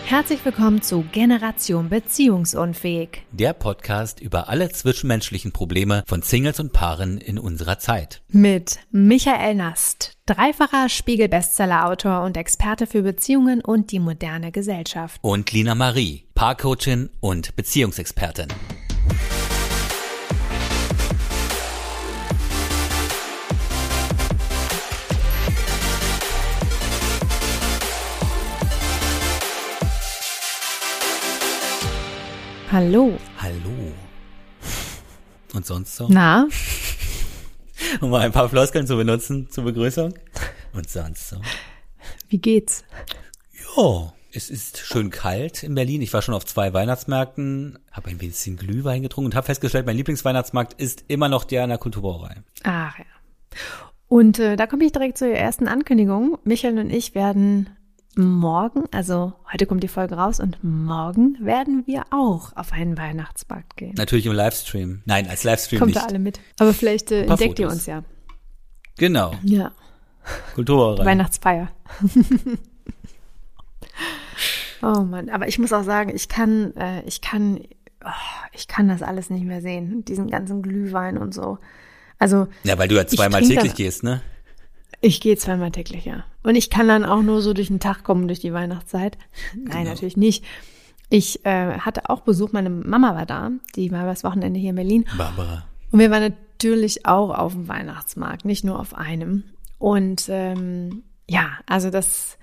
Herzlich willkommen zu Generation Beziehungsunfähig. Der Podcast über alle zwischenmenschlichen Probleme von Singles und Paaren in unserer Zeit. Mit Michael Nast, dreifacher Spiegel-Bestseller-Autor und Experte für Beziehungen und die moderne Gesellschaft. Und Lina Marie, Paarcoachin und Beziehungsexpertin. Hallo. Hallo. Und sonst so? Na? Um mal ein paar Floskeln zu benutzen zur Begrüßung. Und sonst so? Wie geht's? Ja, es ist schön kalt in Berlin. Ich war schon auf 2 Weihnachtsmärkten, habe ein bisschen Glühwein getrunken und habe festgestellt, mein Lieblingsweihnachtsmarkt ist immer noch der an der Kulturbrauerei. Ach ja. Und da komme ich direkt zur ersten Ankündigung. Michael und ich werden morgen, also heute kommt die Folge raus und morgen werden wir auch auf einen Weihnachtsmarkt gehen. Natürlich im Livestream. Nein, als Livestream Kommt nicht. da alle mit. Aber vielleicht entdeckt ihr Fotos. uns ja. Genau. Ja. Kulturbrauerei. Weihnachtsfeier. Oh Mann, aber ich muss auch sagen, ich kann das alles nicht mehr sehen. Diesen ganzen Glühwein und so. Also. Ja, weil du ja zweimal täglich gehst, ne? Ich gehe zweimal täglich, ja. Und ich kann dann auch nur so durch den Tag kommen, durch die Weihnachtszeit. Nein, Genau. natürlich nicht. Ich hatte auch Besuch, meine Mama war da, die war das Wochenende hier in Berlin. Barbara. Und wir waren natürlich auch auf dem Weihnachtsmarkt, nicht nur auf einem. Und ja, also das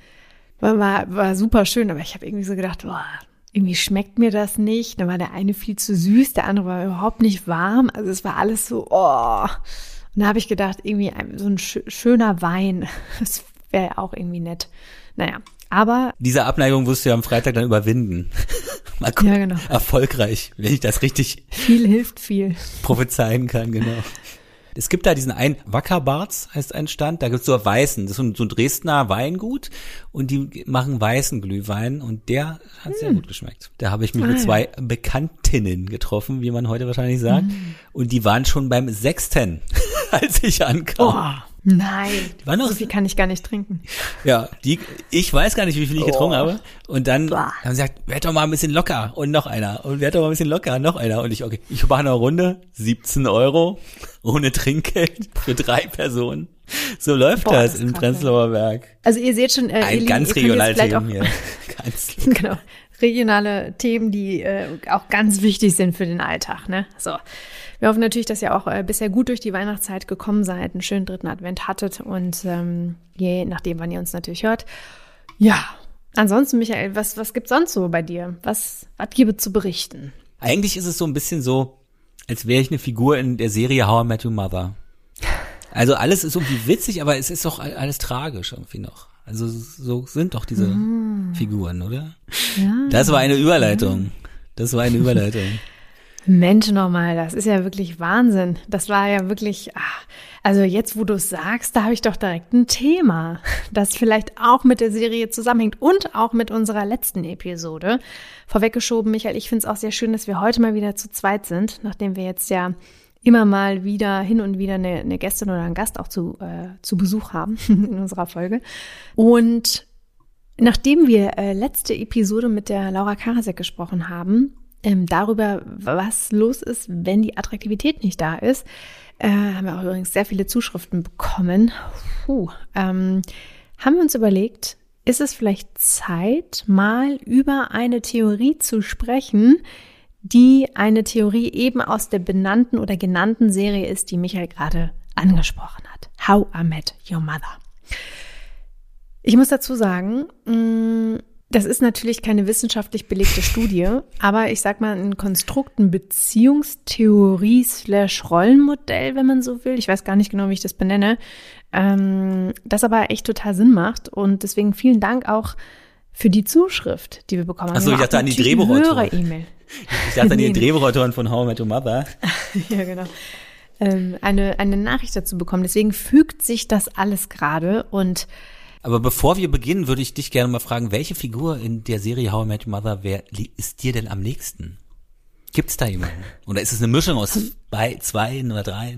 war super schön, aber ich habe irgendwie so gedacht, boah, irgendwie schmeckt mir das nicht. Dann war der eine viel zu süß, der andere war überhaupt nicht warm. Also es war alles so, oh. Und da habe ich gedacht, irgendwie so ein schöner Wein, das wäre auch irgendwie nett. Naja, aber. Diese Abneigung wirst du ja am Freitag dann überwinden. Mal gucken, Ja, genau. erfolgreich, wenn ich das richtig Viel hilft viel. prophezeien kann, genau. Es gibt da diesen einen, Wackerbarz heißt ein Stand, da gibt's so Weißen, das ist so ein Dresdner Weingut und die machen weißen Glühwein und der hat sehr gut geschmeckt. Da habe ich mich mit 2 Bekanntinnen getroffen, wie man heute wahrscheinlich sagt, und die waren schon beim 6., als ich ankam. Oh, nein. Die waren noch So viel kann ich gar nicht trinken. Ja, ich weiß gar nicht, wie viel ich getrunken habe. Und dann Bah. haben sie gesagt, werd doch mal ein bisschen locker. Und noch einer. Und werd doch mal ein bisschen locker, noch einer. Und ich mache eine Runde, 17 €, ohne Trinkgeld für 3 Personen. So läuft Boah, das das ist in krass, Prenzlauer Berg. Also ihr seht schon, Ein ganz regionales Thema hier. Ganz Genau, regionale Themen, die auch ganz wichtig sind für den Alltag, ne? So. Wir hoffen natürlich, dass ihr auch bisher gut durch die Weihnachtszeit gekommen seid, einen schönen 3. Advent hattet und je nachdem, wann ihr uns natürlich hört. Ja, ansonsten, Michael, was gibt's sonst so bei dir? Was gibt es zu berichten? Eigentlich ist es so ein bisschen so, als wäre ich eine Figur in der Serie How I Met Your Mother. Also alles ist irgendwie witzig, aber es ist doch alles tragisch irgendwie noch. Also so sind doch diese Figuren, oder? Ja. Das war eine Überleitung. Das war eine Überleitung. Mensch nochmal, das ist ja wirklich Wahnsinn. Das war ja wirklich, also jetzt, wo du es sagst, da habe ich doch direkt ein Thema, das vielleicht auch mit der Serie zusammenhängt und auch mit unserer letzten Episode. Vorweggeschoben, Michael, ich finde es auch sehr schön, dass wir heute mal wieder zu zweit sind, nachdem wir jetzt ja immer mal wieder hin und wieder eine Gästin oder einen Gast auch zu Besuch haben in unserer Folge. Und nachdem wir letzte Episode mit der Laura Karasek gesprochen haben, darüber, was los ist, wenn die Attraktivität nicht da ist, haben wir auch übrigens sehr viele Zuschriften bekommen. Haben wir uns überlegt, ist es vielleicht Zeit, mal über eine Theorie zu sprechen, die eine Theorie eben aus der benannten oder genannten Serie ist, die Michael gerade angesprochen hat. How I Met Your Mother. Ich muss dazu sagen, das ist natürlich keine wissenschaftlich belegte Studie, aber ich sag mal ein Konstrukt, ein Beziehungstheorie/Rollenmodell, wenn man so will. Ich weiß gar nicht genau, wie ich das benenne, das aber echt total Sinn macht und deswegen vielen Dank auch für die Zuschrift, die wir bekommen haben. Achso, ich dachte an die Drehbuchautoren. Ich dachte an die Drehbuchautoren von How I Met Your Mother. Ja, genau. Eine Nachricht dazu bekommen. Deswegen fügt sich das alles gerade und Aber bevor wir beginnen, würde ich dich gerne mal fragen, welche Figur in der Serie How I Met Your Mother ist dir denn am nächsten? Gibt's da jemanden? Oder ist es eine Mischung aus 2 oder 3?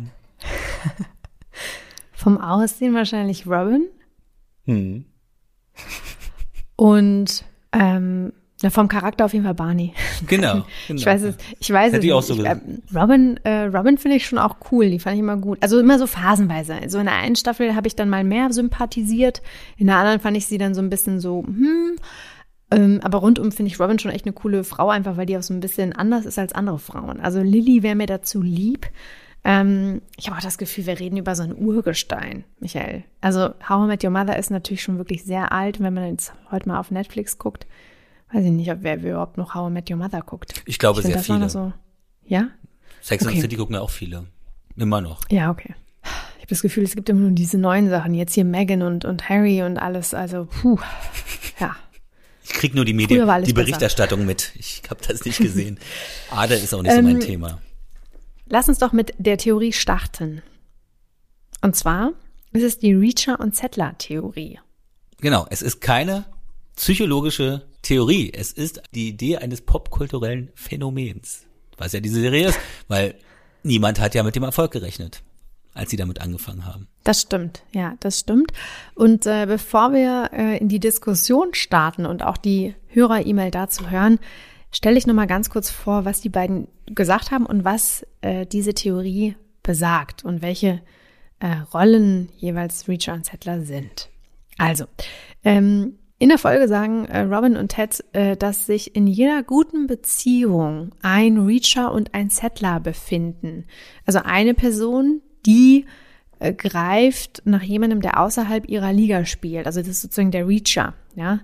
Vom Aussehen wahrscheinlich Robin. Und Ja, vom Charakter auf jeden Fall Barney. Genau. Ich weiß es Hätte ich auch nicht. so gesagt. Robin finde ich schon auch cool, die fand ich immer gut. Also immer so phasenweise. So in der einen Staffel habe ich dann mal mehr sympathisiert, in der anderen fand ich sie dann so ein bisschen so, aber rundum finde ich Robin schon echt eine coole Frau, einfach weil die auch so ein bisschen anders ist als andere Frauen. Also Lily wäre mir dazu lieb. Ich habe auch das Gefühl, wir reden über so ein Urgestein, Michael. Also How I Met Your Mother ist natürlich schon wirklich sehr alt. Wenn man jetzt heute mal auf Netflix guckt, weiß ich nicht, ob wer überhaupt noch How I Met Your Mother guckt. Ich glaube, sehr viele. So, ja? Sex and the City gucken ja auch viele. Immer noch. Ja, okay. Ich habe das Gefühl, es gibt immer nur diese neuen Sachen. Jetzt hier Meghan und Harry und alles. Also, ja. Ich krieg nur die Berichterstattung mit. Ich habe das nicht gesehen. Ade ist auch nicht so mein Thema. Lass uns doch mit der Theorie starten. Und zwar ist es die Reacher- und Settler-Theorie. Genau, es ist keine psychologische Theorie. Es ist die Idee eines popkulturellen Phänomens. Was ja diese Serie ist, weil niemand hat ja mit dem Erfolg gerechnet, als sie damit angefangen haben. Das stimmt, ja, das stimmt. Und bevor wir in die Diskussion starten und auch die Hörer-E-Mail dazu hören, stelle ich nochmal ganz kurz vor, was die beiden gesagt haben und was diese Theorie besagt und welche Rollen jeweils Reacher und Settler sind. Also, in der Folge sagen Robin und Ted, dass sich in jeder guten Beziehung ein Reacher und ein Settler befinden. Also eine Person, die greift nach jemandem, der außerhalb ihrer Liga spielt. Also das ist sozusagen der Reacher, ja.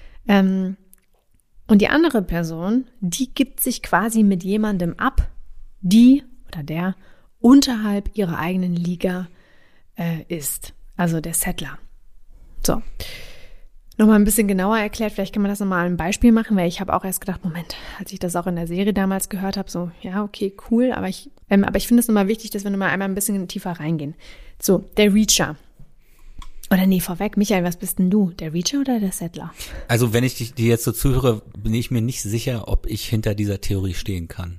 Und die andere Person, die gibt sich quasi mit jemandem ab, die oder der unterhalb ihrer eigenen Liga ist. Also der Settler. So. Nochmal ein bisschen genauer erklärt, vielleicht kann man das nochmal ein Beispiel machen, weil ich habe auch erst gedacht, Moment, als ich das auch in der Serie damals gehört habe, so, ja, okay, cool, aber ich finde es nochmal wichtig, dass wir nochmal einmal ein bisschen tiefer reingehen. So, der Reacher. Oder nee, vorweg, Michael, was bist denn du? Der Reacher oder der Settler? Also wenn ich dir jetzt so zuhöre, bin ich mir nicht sicher, ob ich hinter dieser Theorie stehen kann.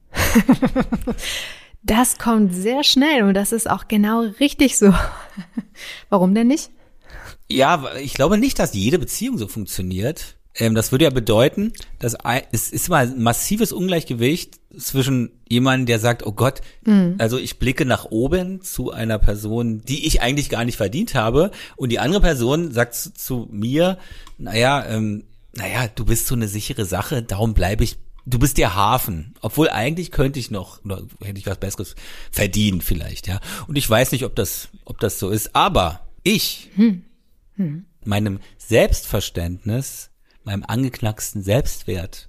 Das kommt sehr schnell und das ist auch genau richtig so. Warum denn nicht? Ja, ich glaube nicht, dass jede Beziehung so funktioniert. Das würde ja bedeuten, dass es ist mal ein massives Ungleichgewicht zwischen jemandem, der sagt, oh Gott, also ich blicke nach oben zu einer Person, die ich eigentlich gar nicht verdient habe, und die andere Person sagt zu mir, naja, du bist so eine sichere Sache, darum bleibe ich, du bist der Hafen, obwohl eigentlich könnte ich noch, oder hätte ich was Besseres verdient vielleicht, ja. Und ich weiß nicht, ob das so ist, aber ich, meinem Selbstverständnis, meinem angeknacksten Selbstwert,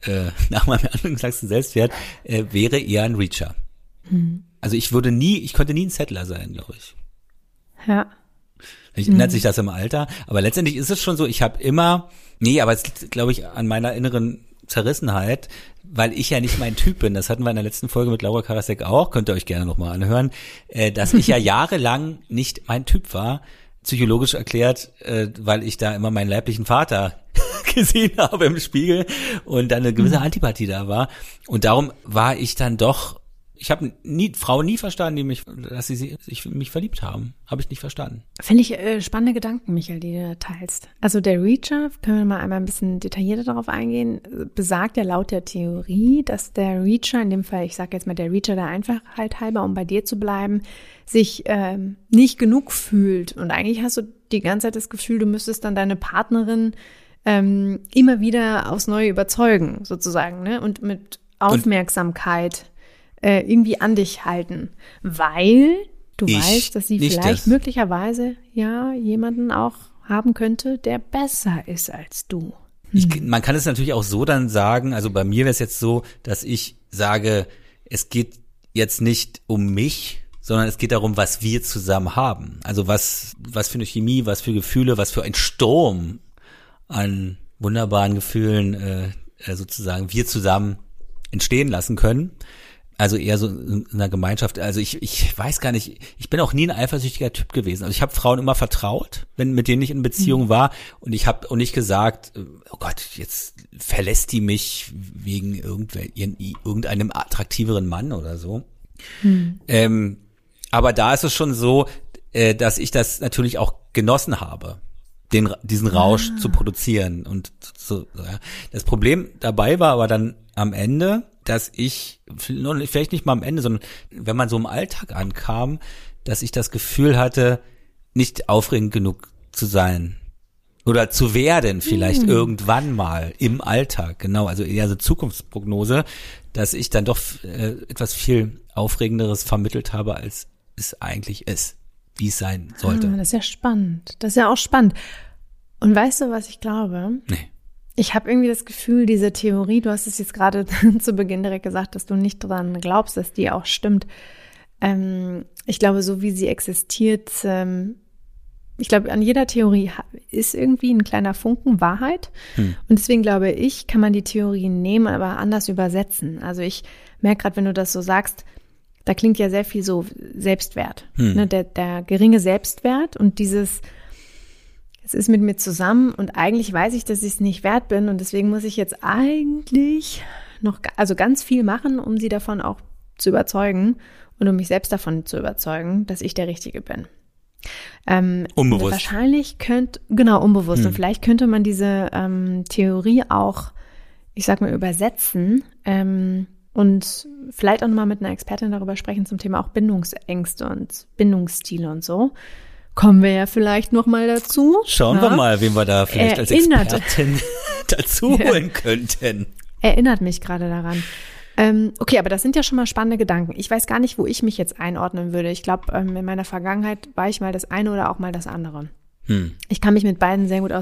wäre eher ein Reacher. Also ich könnte nie ein Settler sein, glaube ich. Ja. Vielleicht ändert sich das im Alter, aber letztendlich ist es schon so, aber es liegt, glaube ich, an meiner inneren Zerrissenheit, weil ich ja nicht mein Typ bin. Das hatten wir in der letzten Folge mit Laura Karasek auch, könnt ihr euch gerne nochmal anhören, dass ich ja jahrelang nicht mein Typ war, psychologisch erklärt, weil ich da immer meinen leiblichen Vater gesehen habe im Spiegel und dann eine gewisse Antipathie da war. Und darum war ich dann doch, ich habe Frauen nie verstanden, dass sie sich in mich verliebt haben. Habe ich nicht verstanden. Finde ich spannende Gedanken, Michael, die du teilst. Also der Reacher, können wir mal einmal ein bisschen detaillierter darauf eingehen, besagt ja laut der Theorie, dass der Reacher, in dem Fall, ich sage jetzt mal der Reacher der Einfachheit halber, um bei dir zu bleiben, sich nicht genug fühlt. Und eigentlich hast du die ganze Zeit das Gefühl, du müsstest dann deine Partnerin immer wieder aufs Neue überzeugen, sozusagen, ne? Und mit Aufmerksamkeit irgendwie an dich halten, weil du weißt, dass sie vielleicht möglicherweise ja jemanden auch haben könnte, der besser ist als du. Man kann es natürlich auch so dann sagen, also bei mir wäre es jetzt so, dass ich sage, es geht jetzt nicht um mich, sondern es geht darum, was wir zusammen haben. Also was für eine Chemie, was für Gefühle, was für ein Sturm an wunderbaren Gefühlen sozusagen wir zusammen entstehen lassen können. Also eher so in einer Gemeinschaft. Also ich weiß gar nicht, ich bin auch nie ein eifersüchtiger Typ gewesen. Also ich habe Frauen immer vertraut, mit denen ich in Beziehung war, und ich habe auch nicht gesagt, oh Gott, jetzt verlässt die mich wegen irgendeinem attraktiveren Mann oder so. Aber da ist es schon so, dass ich das natürlich auch genossen habe, diesen Rausch zu produzieren und so. Ja. Das Problem dabei war aber dann am Ende, dass ich, vielleicht nicht mal am Ende, sondern wenn man so im Alltag ankam, dass ich das Gefühl hatte, nicht aufregend genug zu sein. Oder zu werden vielleicht irgendwann mal im Alltag, genau, also eher so Zukunftsprognose, dass ich dann doch etwas viel Aufregenderes vermittelt habe, als es eigentlich ist, wie es sein sollte. Das ist ja spannend, das ist ja auch spannend. Und weißt du, was ich glaube? Nee. Ich habe irgendwie das Gefühl, diese Theorie, du hast es jetzt gerade zu Beginn direkt gesagt, dass du nicht dran glaubst, dass die auch stimmt. Ich glaube, so wie sie existiert, ich glaube, an jeder Theorie ist irgendwie ein kleiner Funken Wahrheit. Und deswegen glaube ich, kann man die Theorien nehmen, aber anders übersetzen. Also ich merke gerade, wenn du das so sagst, da klingt ja sehr viel so Selbstwert. Ne? Der geringe Selbstwert und dieses, es ist mit mir zusammen und eigentlich weiß ich, dass ich es nicht wert bin und deswegen muss ich jetzt eigentlich noch, also ganz viel machen, um sie davon auch zu überzeugen und um mich selbst davon zu überzeugen, dass ich der Richtige bin. Unbewusst. Wahrscheinlich unbewusst. Und vielleicht könnte man diese Theorie auch, ich sag mal, übersetzen und vielleicht auch nochmal mit einer Expertin darüber sprechen zum Thema auch Bindungsängste und Bindungsstile und so. Kommen wir ja vielleicht nochmal dazu. Schauen wir mal, wen wir da vielleicht als Expertin dazu holen könnten. Erinnert mich gerade daran. Okay, aber das sind ja schon mal spannende Gedanken. Ich weiß gar nicht, wo ich mich jetzt einordnen würde. Ich glaube, in meiner Vergangenheit war ich mal das eine oder auch mal das andere. Ich kann mich mit beiden sehr gut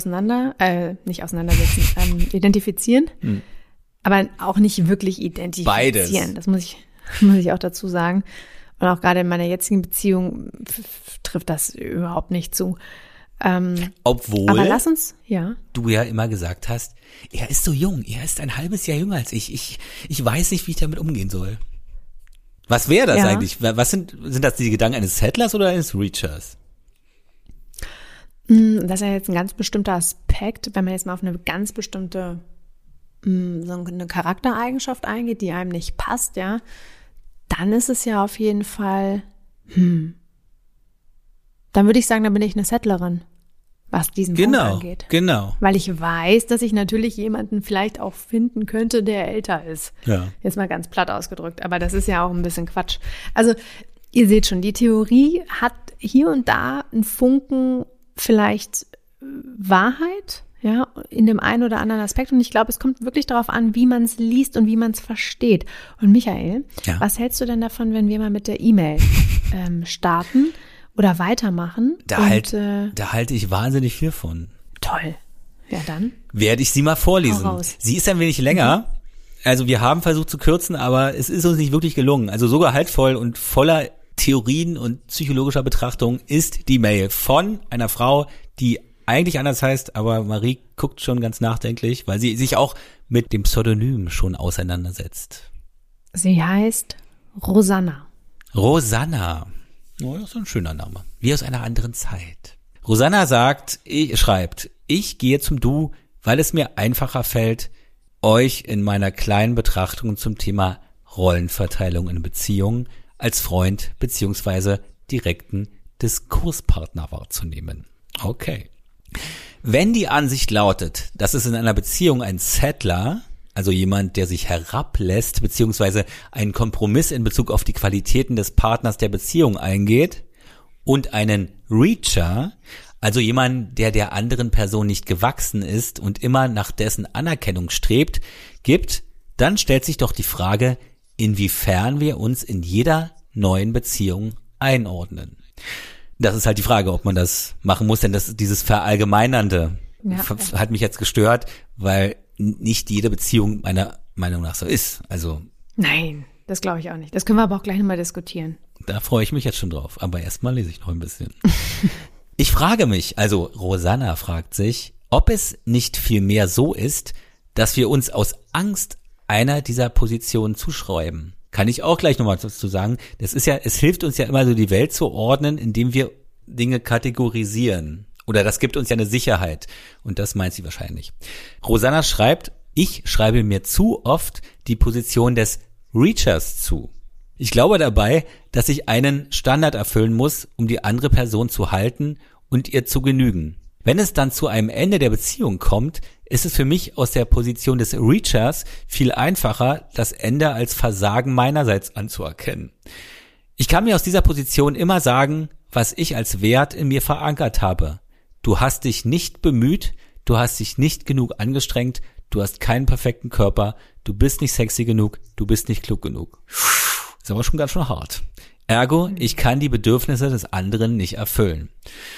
identifizieren, aber auch nicht wirklich identifizieren. Beides. Das muss ich auch dazu sagen. Und auch gerade in meiner jetzigen Beziehung trifft das überhaupt nicht zu. Obwohl aber lass uns, du ja immer gesagt hast, er ist so jung, er ist ein halbes Jahr jünger als ich. Ich weiß nicht, wie ich damit umgehen soll. Was wäre das eigentlich? Was sind das die Gedanken eines Settlers oder eines Reachers? Das ist ja jetzt ein ganz bestimmter Aspekt, wenn man jetzt mal auf eine ganz bestimmte so eine Charaktereigenschaft eingeht, die einem nicht passt, ja, dann ist es ja auf jeden Fall, dann würde ich sagen, dann bin ich eine Settlerin, was diesen Punkt angeht. Genau. Weil ich weiß, dass ich natürlich jemanden vielleicht auch finden könnte, der älter ist. Ja. Jetzt mal ganz platt ausgedrückt, aber das ist ja auch ein bisschen Quatsch. Also ihr seht schon, die Theorie hat hier und da einen Funken vielleicht Wahrheit, ja, in dem einen oder anderen Aspekt. Und ich glaube, es kommt wirklich darauf an, wie man es liest und wie man es versteht. Und Michael, was hältst du denn davon, wenn wir mal mit der E-Mail starten oder weitermachen? Da halte ich wahnsinnig viel von. Toll. Ja, dann werde ich sie mal vorlesen. Sie ist ein wenig länger. Also wir haben versucht zu kürzen, aber es ist uns nicht wirklich gelungen. Also so gehaltvoll und voller Theorien und psychologischer Betrachtung ist die Mail von einer Frau, die eigentlich anders heißt, aber Marie guckt schon ganz nachdenklich, weil sie sich auch mit dem Pseudonym schon auseinandersetzt. Sie heißt Rosanna. Rosanna. Oh, das ist ein schöner Name. Wie aus einer anderen Zeit. Rosanna schreibt, ich gehe zum Du, weil es mir einfacher fällt, euch in meiner kleinen Betrachtung zum Thema Rollenverteilung in Beziehungen als Freund beziehungsweise direkten Diskurspartner wahrzunehmen. Okay. Wenn die Ansicht lautet, dass es in einer Beziehung ein Settler, also jemand, der sich herablässt, beziehungsweise einen Kompromiss in Bezug auf die Qualitäten des Partners der Beziehung eingeht, und einen Reacher, also jemand, der der anderen Person nicht gewachsen ist und immer nach dessen Anerkennung strebt, gibt, dann stellt sich doch die Frage, inwiefern wir uns in jeder neuen Beziehung einordnen. Das ist halt die Frage, ob man das machen muss, denn dieses Verallgemeinernde hat mich jetzt gestört, weil nicht jede Beziehung meiner Meinung nach so ist. Also nein, das glaube ich auch nicht. Das können wir aber auch gleich nochmal diskutieren. Da freue ich mich jetzt schon drauf, aber erstmal lese ich noch ein bisschen. Ich frage mich, also Rosanna fragt sich, ob es nicht vielmehr so ist, dass wir uns aus Angst einer dieser Positionen zuschreiben. Kann ich auch gleich nochmal dazu sagen. Es hilft uns ja immer so, die Welt zu ordnen, indem wir Dinge kategorisieren. Oder das gibt uns ja eine Sicherheit. Und das meint sie wahrscheinlich. Rosanna schreibt, ich schreibe mir zu oft die Position des Reachers zu. Ich glaube dabei, dass ich einen Standard erfüllen muss, um die andere Person zu halten und ihr zu genügen. Wenn es dann zu einem Ende der Beziehung kommt, ist es für mich aus der Position des Reachers viel einfacher, das Ende als Versagen meinerseits anzuerkennen. Ich kann mir aus dieser Position immer sagen, was ich als Wert in mir verankert habe. Du hast dich nicht bemüht, du hast dich nicht genug angestrengt, du hast keinen perfekten Körper, du bist nicht sexy genug, du bist nicht klug genug. Ist aber schon ganz schön hart. Ergo, ich kann die Bedürfnisse des anderen nicht erfüllen.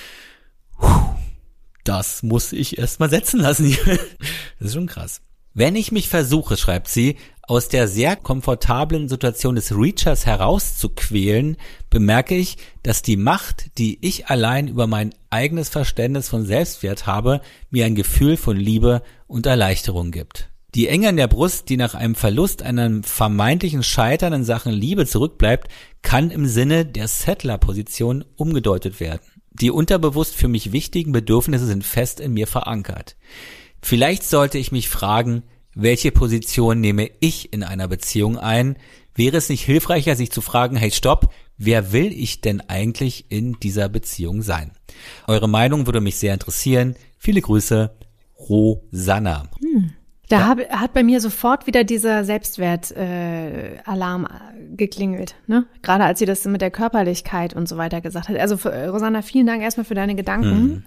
Das muss ich erst mal setzen lassen. Das ist schon krass. Wenn ich mich versuche, schreibt sie, aus der sehr komfortablen Situation des Reachers herauszuquälen, bemerke ich, dass die Macht, die ich allein über mein eigenes Verständnis von Selbstwert habe, mir ein Gefühl von Liebe und Erleichterung gibt. Die Enge in der Brust, die nach einem Verlust, einem vermeintlichen Scheitern in Sachen Liebe zurückbleibt, kann im Sinne der Settler-Position umgedeutet werden. Die unterbewusst für mich wichtigen Bedürfnisse sind fest in mir verankert. Vielleicht sollte ich mich fragen, welche Position nehme ich in einer Beziehung ein? Wäre es nicht hilfreicher, sich zu fragen, hey stopp, wer will ich denn eigentlich in dieser Beziehung sein? Eure Meinung würde mich sehr interessieren. Viele Grüße, Rosanna. Da hat bei mir sofort wieder dieser Selbstwert-Alarm geklingelt, ne? Gerade als sie das mit der Körperlichkeit und so weiter gesagt hat. Also Rosanna, vielen Dank erstmal für deine Gedanken.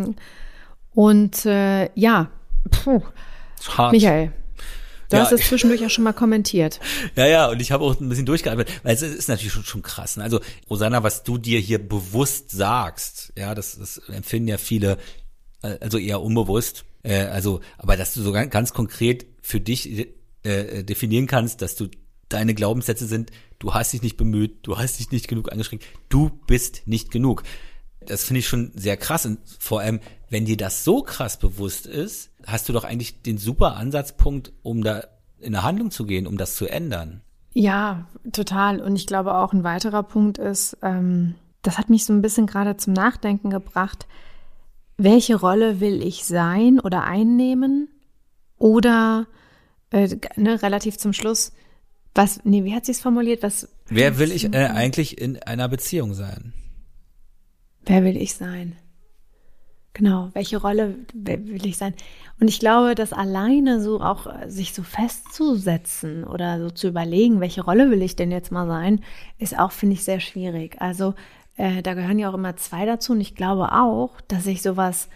Hart. Michael, du hast es zwischendurch ja schon mal kommentiert. Ja, und ich habe auch ein bisschen durchgeatmet, weil es ist natürlich schon krass. Ne? Also Rosanna, was du dir hier bewusst sagst, ja, das empfinden ja viele, also eher unbewusst. Aber dass du so ganz konkret für dich definieren kannst, dass du deine Glaubenssätze sind, du hast dich nicht bemüht, du hast dich nicht genug angestrengt, du bist nicht genug. Das finde ich schon sehr krass und vor allem, wenn dir das so krass bewusst ist, hast du doch eigentlich den super Ansatzpunkt, um da in eine Handlung zu gehen, um das zu ändern. Ja, total. Und ich glaube auch ein weiterer Punkt ist, das hat mich so ein bisschen gerade zum Nachdenken gebracht, welche Rolle will ich sein oder einnehmen? Oder relativ zum Schluss, wie hat sie es formuliert? Wer will ich eigentlich in einer Beziehung sein? Wer will ich sein? Genau, welche Rolle will ich sein? Und ich glaube, das alleine so auch sich so festzusetzen oder so zu überlegen, welche Rolle will ich denn jetzt mal sein, ist auch, finde ich, sehr schwierig. Also da gehören ja auch immer zwei dazu und ich glaube auch, dass sich sowas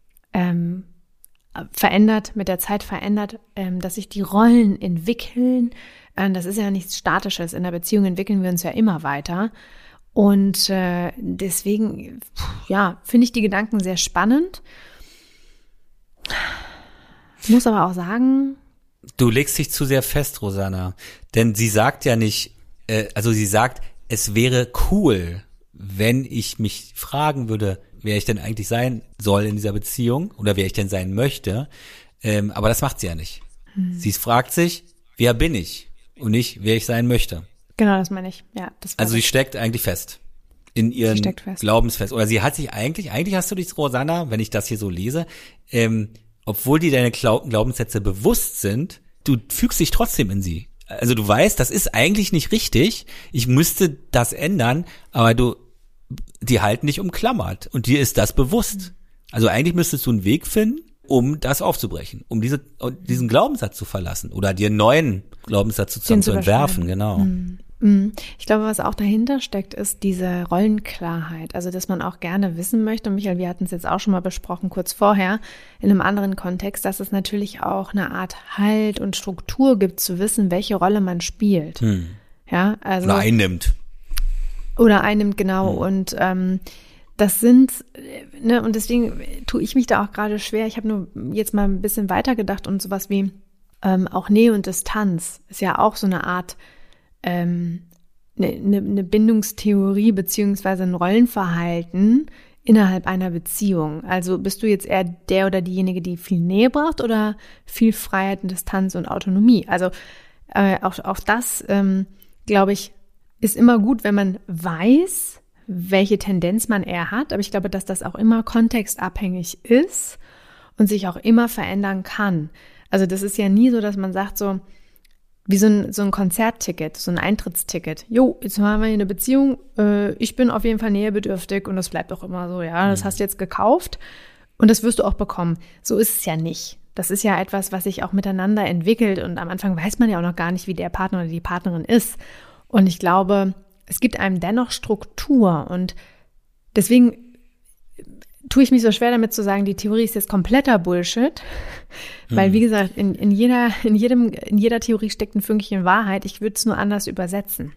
verändert, mit der Zeit verändert, dass sich die Rollen entwickeln. Das ist ja nichts Statisches. In der Beziehung entwickeln wir uns ja immer weiter. Und deswegen, finde ich die Gedanken sehr spannend. Ich muss aber auch sagen, du legst dich zu sehr fest, Rosanna. Denn sie sagt ja nicht, sie sagt, es wäre cool, wenn ich mich fragen würde, wer ich denn eigentlich sein soll in dieser Beziehung oder wer ich denn sein möchte. Aber das macht sie ja nicht. Sie fragt sich, wer bin ich und nicht, wer ich sein möchte. Genau, das meine ich. Ja, also sie steckt eigentlich fest in ihren Glaubensfest. Oder sie hat sich eigentlich hast du dich, Rosanna, wenn ich das hier so lese, obwohl dir deine Glaubenssätze bewusst sind, du fügst dich trotzdem in sie. Also du weißt, das ist eigentlich nicht richtig, ich müsste das ändern, aber die halten dich umklammert und dir ist das bewusst. Also eigentlich müsstest du einen Weg finden, um das aufzubrechen, um diesen Glaubenssatz zu verlassen oder dir einen neuen Glaubenssatz zu entwerfen, genau. Ich glaube, was auch dahinter steckt, ist diese Rollenklarheit. Also, dass man auch gerne wissen möchte, und Michael, wir hatten es jetzt auch schon mal besprochen, kurz vorher, in einem anderen Kontext, dass es natürlich auch eine Art Halt und Struktur gibt, zu wissen, welche Rolle man spielt. Ja, also. Oder einnimmt, genau. Und das sind, und deswegen tue ich mich da auch gerade schwer. Ich habe nur jetzt mal ein bisschen weitergedacht und sowas wie auch Nähe und Distanz ist ja auch so eine Art eine Bindungstheorie beziehungsweise ein Rollenverhalten innerhalb einer Beziehung. Also bist du jetzt eher der oder diejenige, die viel Nähe braucht oder viel Freiheit und Distanz und Autonomie? Also auch das, glaube ich, ist immer gut, wenn man weiß, welche Tendenz man eher hat. Aber ich glaube, dass das auch immer kontextabhängig ist und sich auch immer verändern kann. Also das ist ja nie so, dass man sagt so, wie so ein Konzertticket, so ein Eintrittsticket. Jo, jetzt haben wir hier eine Beziehung, ich bin auf jeden Fall nähebedürftig und das bleibt auch immer so, ja, das hast du jetzt gekauft und das wirst du auch bekommen. So ist es ja nicht. Das ist ja etwas, was sich auch miteinander entwickelt und am Anfang weiß man ja auch noch gar nicht, wie der Partner oder die Partnerin ist. Und ich glaube, es gibt einem dennoch Struktur und deswegen tue ich mich so schwer damit zu sagen, die Theorie ist jetzt kompletter Bullshit, weil wie gesagt, in jeder Theorie steckt ein Fünkchen Wahrheit. Ich würde es nur anders übersetzen.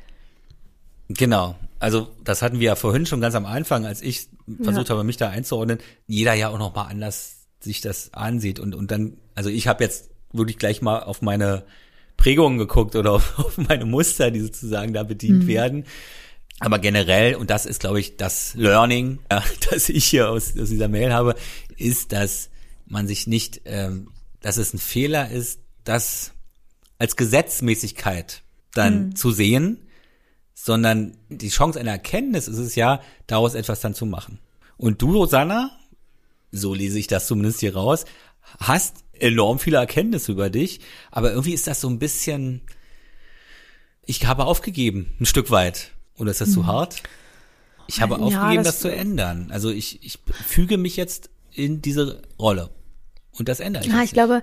Genau. Also das hatten wir ja vorhin schon ganz am Anfang, als ich versucht habe, mich da einzuordnen. Jeder ja auch noch mal anders sich das ansieht und dann, also ich habe jetzt wirklich gleich mal auf meine Prägungen geguckt oder auf meine Muster, die sozusagen da bedient werden. Aber generell, und das ist, glaube ich, das Learning, das ich hier aus dieser Mail habe, ist, dass man sich nicht, dass es ein Fehler ist, das als Gesetzmäßigkeit dann zu sehen, sondern die Chance einer Erkenntnis ist es ja, daraus etwas dann zu machen. Und du, Rosanna, so lese ich das zumindest hier raus, hast enorm viele Erkenntnisse über dich, aber irgendwie ist das so ein bisschen, ich habe aufgegeben, ein Stück weit. Oder ist das zu hart? Ich habe aufgegeben, das zu ändern. Also ich füge mich jetzt in diese Rolle. Und das ändere ich. Ich glaube,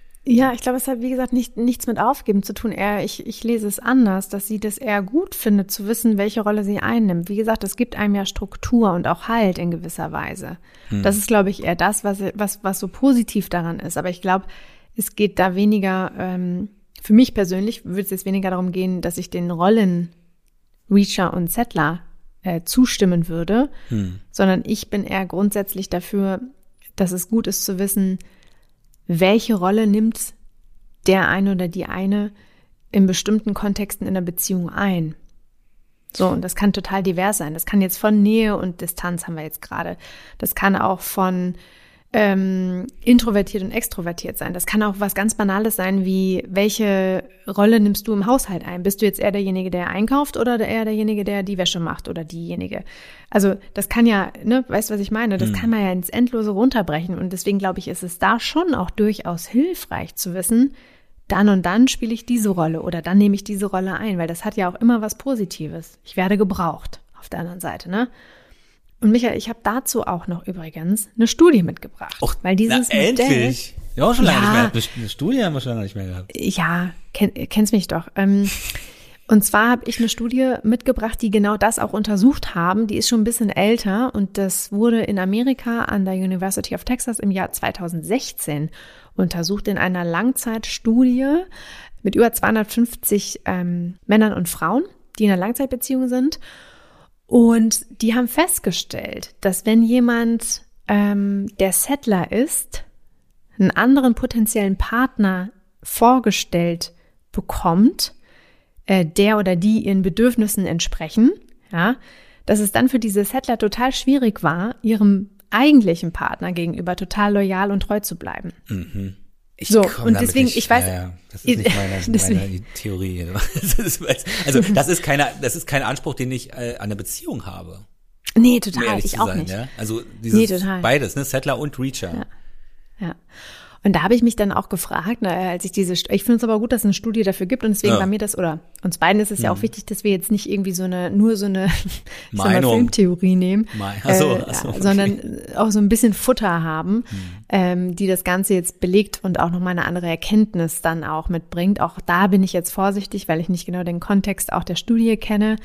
es hat, wie gesagt, nichts mit Aufgeben zu tun. Ich lese es anders, dass sie das eher gut findet, zu wissen, welche Rolle sie einnimmt. Wie gesagt, es gibt einem ja Struktur und auch Halt in gewisser Weise. Das ist, glaube ich, eher das, was so positiv daran ist. Aber ich glaube, es geht da weniger, für mich persönlich würde es jetzt weniger darum gehen, dass ich den Rollen Reacher und Settler zustimmen würde, sondern ich bin eher grundsätzlich dafür, dass es gut ist zu wissen, welche Rolle nimmt der eine oder die eine in bestimmten Kontexten in der Beziehung ein. So, und das kann total divers sein. Das kann jetzt von Nähe und Distanz haben wir jetzt gerade. Das kann auch von introvertiert und extrovertiert sein. Das kann auch was ganz Banales sein, wie welche Rolle nimmst du im Haushalt ein? Bist du jetzt eher derjenige, der einkauft oder eher derjenige, der die Wäsche macht oder diejenige? Also das kann ja, ne, weißt du, was ich meine? Das kann man ja ins Endlose runterbrechen und deswegen glaube ich, ist es da schon auch durchaus hilfreich zu wissen, dann und dann spiele ich diese Rolle oder dann nehme ich diese Rolle ein, weil das hat ja auch immer was Positives. Ich werde gebraucht auf der anderen Seite, ne? Und Michael, ich habe dazu auch noch übrigens eine Studie mitgebracht. Och, weil dieses Modell, endlich! Ja, schon lange nicht mehr. Eine Studie haben wir schon lange nicht mehr gehabt. Ja, kennst mich doch. Und zwar habe ich eine Studie mitgebracht, die genau das auch untersucht haben. Die ist schon ein bisschen älter und das wurde in Amerika an der University of Texas im Jahr 2016 untersucht in einer Langzeitstudie mit über 250 Männern und Frauen, die in einer Langzeitbeziehung sind. Und die haben festgestellt, dass wenn jemand, der Settler ist, einen anderen potenziellen Partner vorgestellt bekommt, der oder die ihren Bedürfnissen entsprechen, ja, dass es dann für diese Settler total schwierig war, ihrem eigentlichen Partner gegenüber total loyal und treu zu bleiben. Mhm. Und deswegen, ich weiß, das ist nicht meine Theorie. Das ist kein Anspruch, den ich an eine Beziehung habe. Nee, total, ich auch nicht. Ja? Also dieses beides, ne, Settler und Reacher. Ja. Und da habe ich mich dann auch gefragt, als ich ich finde es aber gut, dass es eine Studie dafür gibt und deswegen war mir das, oder uns beiden ist es ja auch wichtig, dass wir jetzt nicht irgendwie so eine Filmtheorie nehmen, sondern auch so ein bisschen Futter haben, die das Ganze jetzt belegt und auch nochmal eine andere Erkenntnis dann auch mitbringt. Auch da bin ich jetzt vorsichtig, weil ich nicht genau den Kontext auch der Studie kenne,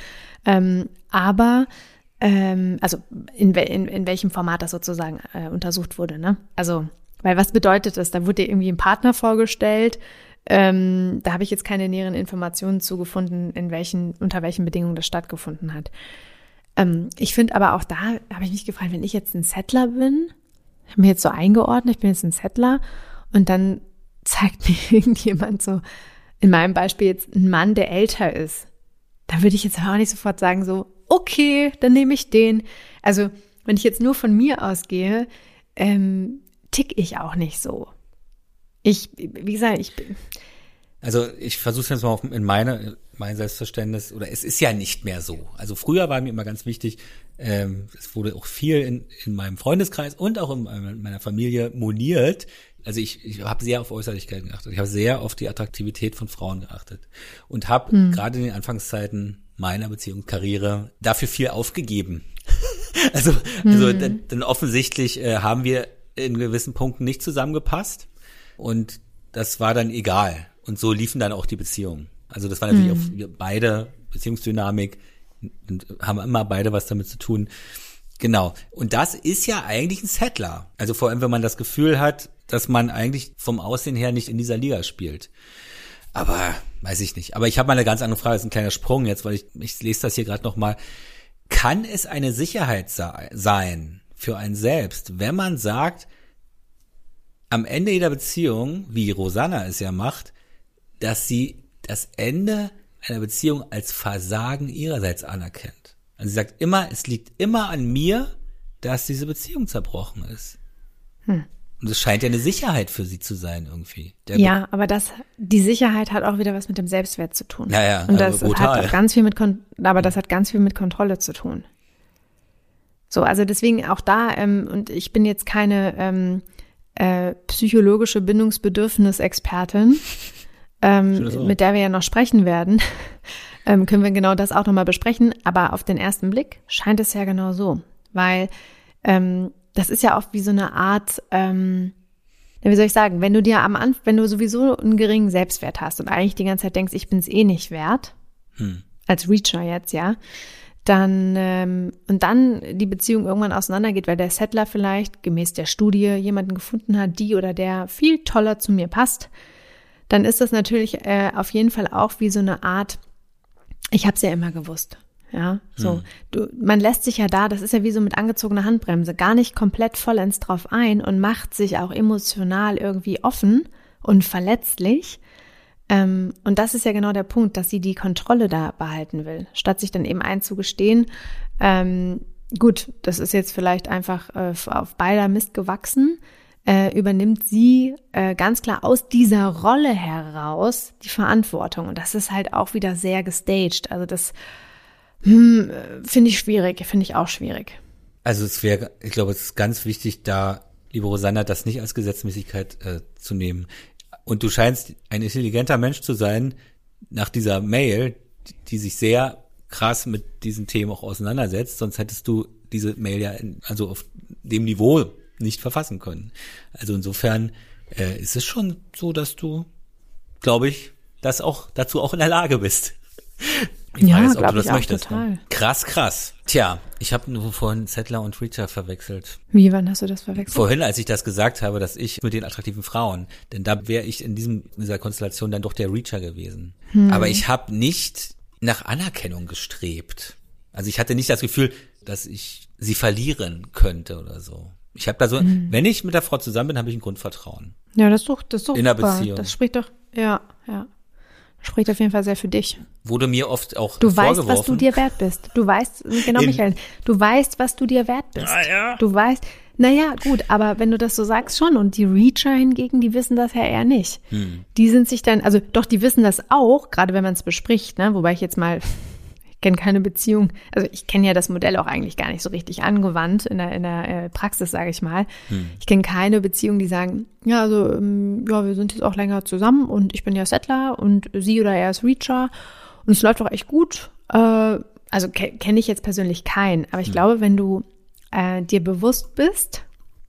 aber also in welchem Format das sozusagen untersucht wurde, ne? Also weil was bedeutet das? Da wurde dir irgendwie ein Partner vorgestellt. Da habe ich jetzt keine näheren Informationen zu gefunden, unter welchen Bedingungen das stattgefunden hat. Ich finde aber auch da, habe ich mich gefragt, wenn ich jetzt ein Settler bin, habe mich jetzt so eingeordnet, ich bin jetzt ein Settler und dann zeigt mir irgendjemand so, in meinem Beispiel jetzt ein Mann, der älter ist. Da würde ich jetzt auch nicht sofort sagen so, okay, dann nehme ich den. Also wenn ich jetzt nur von mir ausgehe, tick ich auch nicht so. Wie gesagt, Also ich versuche es jetzt mal in mein Selbstverständnis, oder es ist ja nicht mehr so. Also früher war mir immer ganz wichtig, es wurde auch viel in meinem Freundeskreis und auch in meiner Familie moniert. Also ich habe sehr auf Äußerlichkeiten geachtet. Ich habe sehr auf die Attraktivität von Frauen geachtet und habe gerade in den Anfangszeiten meiner Beziehungskarriere dafür viel aufgegeben. Also dann offensichtlich haben wir in gewissen Punkten nicht zusammengepasst. und das war dann egal. Und so liefen dann auch die Beziehungen. Also das war natürlich auch beide Beziehungsdynamik, haben immer beide was damit zu tun. Genau. Und das ist ja eigentlich ein Settler. Also vor allem, wenn man das Gefühl hat, dass man eigentlich vom Aussehen her nicht in dieser Liga spielt. Aber weiß ich nicht. Aber ich habe mal eine ganz andere Frage. Das ist ein kleiner Sprung jetzt, weil ich lese das hier gerade nochmal. Kann es eine Sicherheit sein für einen selbst, wenn man sagt, am Ende jeder Beziehung, wie Rosanna es ja macht, dass sie das Ende einer Beziehung als Versagen ihrerseits anerkennt? Also sie sagt immer, es liegt immer an mir, dass diese Beziehung zerbrochen ist. Und es scheint ja eine Sicherheit für sie zu sein irgendwie. Ja, aber die Sicherheit hat auch wieder was mit dem Selbstwert zu tun. Ja, und das brutal. hat ganz viel das hat ganz viel mit Kontrolle zu tun. So, also deswegen auch da, und ich bin jetzt keine psychologische Bindungsbedürfnis-Expertin, mit der wir ja noch sprechen werden, können wir genau das auch nochmal besprechen. Aber auf den ersten Blick scheint es ja genau so, weil das ist ja auch wie so eine Art, wie soll ich sagen, wenn du sowieso einen geringen Selbstwert hast und eigentlich die ganze Zeit denkst, ich bin es eh nicht wert, als Reacher jetzt, ja, dann und dann die Beziehung irgendwann auseinandergeht, weil der Settler vielleicht gemäß der Studie jemanden gefunden hat, die oder der viel toller zu mir passt, dann ist das natürlich auf jeden Fall auch wie so eine Art, ich habe es ja immer gewusst. Ja, so. Man lässt sich ja das ist ja wie so mit angezogener Handbremse, gar nicht komplett vollends drauf ein und macht sich auch emotional irgendwie offen und verletzlich. Und das ist ja genau der Punkt, dass sie die Kontrolle da behalten will, statt sich dann eben einzugestehen, gut, das ist jetzt vielleicht einfach auf beider Mist gewachsen, übernimmt sie ganz klar aus dieser Rolle heraus die Verantwortung. Und das ist halt auch wieder sehr gestaged. Also das finde ich auch schwierig. Also ich glaube, es ist ganz wichtig, da, liebe Rosanna, das nicht als Gesetzmäßigkeit zu nehmen. Und du scheinst ein intelligenter Mensch zu sein, nach dieser Mail, die sich sehr krass mit diesen Themen auch auseinandersetzt, sonst hättest du diese Mail ja also auf dem Niveau nicht verfassen können. Also insofern ist es schon so, dass du, glaube ich, dazu auch in der Lage bist. Die Frage ist, ob du das möchtest. Total. Ne? Krass. Tja, ich habe nur vorhin Settler und Reacher verwechselt. Wie, wann hast du das verwechselt? Vorhin, als ich das gesagt habe, dass ich mit den attraktiven Frauen, denn da wäre ich in dieser Konstellation dann doch der Reacher gewesen. Aber ich habe nicht nach Anerkennung gestrebt. Also ich hatte nicht das Gefühl, dass ich sie verlieren könnte oder so. Ich habe da so, wenn ich mit der Frau zusammen bin, habe ich ein Grundvertrauen. Ja, das ist doch in der Beziehung. Das spricht doch, ja. Spricht auf jeden Fall sehr für dich. Wurde mir oft auch Du vorgeworfen. weißt, was du dir wert bist. Du weißt, genau, Michael, du weißt, was du dir wert bist. Ja. Du weißt, naja, gut, aber wenn du das so sagst schon, und die Reacher hingegen, die wissen das ja eher nicht. Die sind sich dann, also doch, die wissen das auch, gerade wenn man es bespricht, ne, wobei ich jetzt mal, ich kenne keine Beziehung, also ich kenne ja das Modell auch eigentlich gar nicht so richtig angewandt in der Praxis, sage ich mal. Ich kenne keine Beziehung, die sagen, ja, also ja, wir sind jetzt auch länger zusammen und ich bin ja Settler und sie oder er ist Reacher und es läuft auch echt gut. Also kenne ich jetzt persönlich keinen, aber ich glaube, wenn du dir bewusst bist,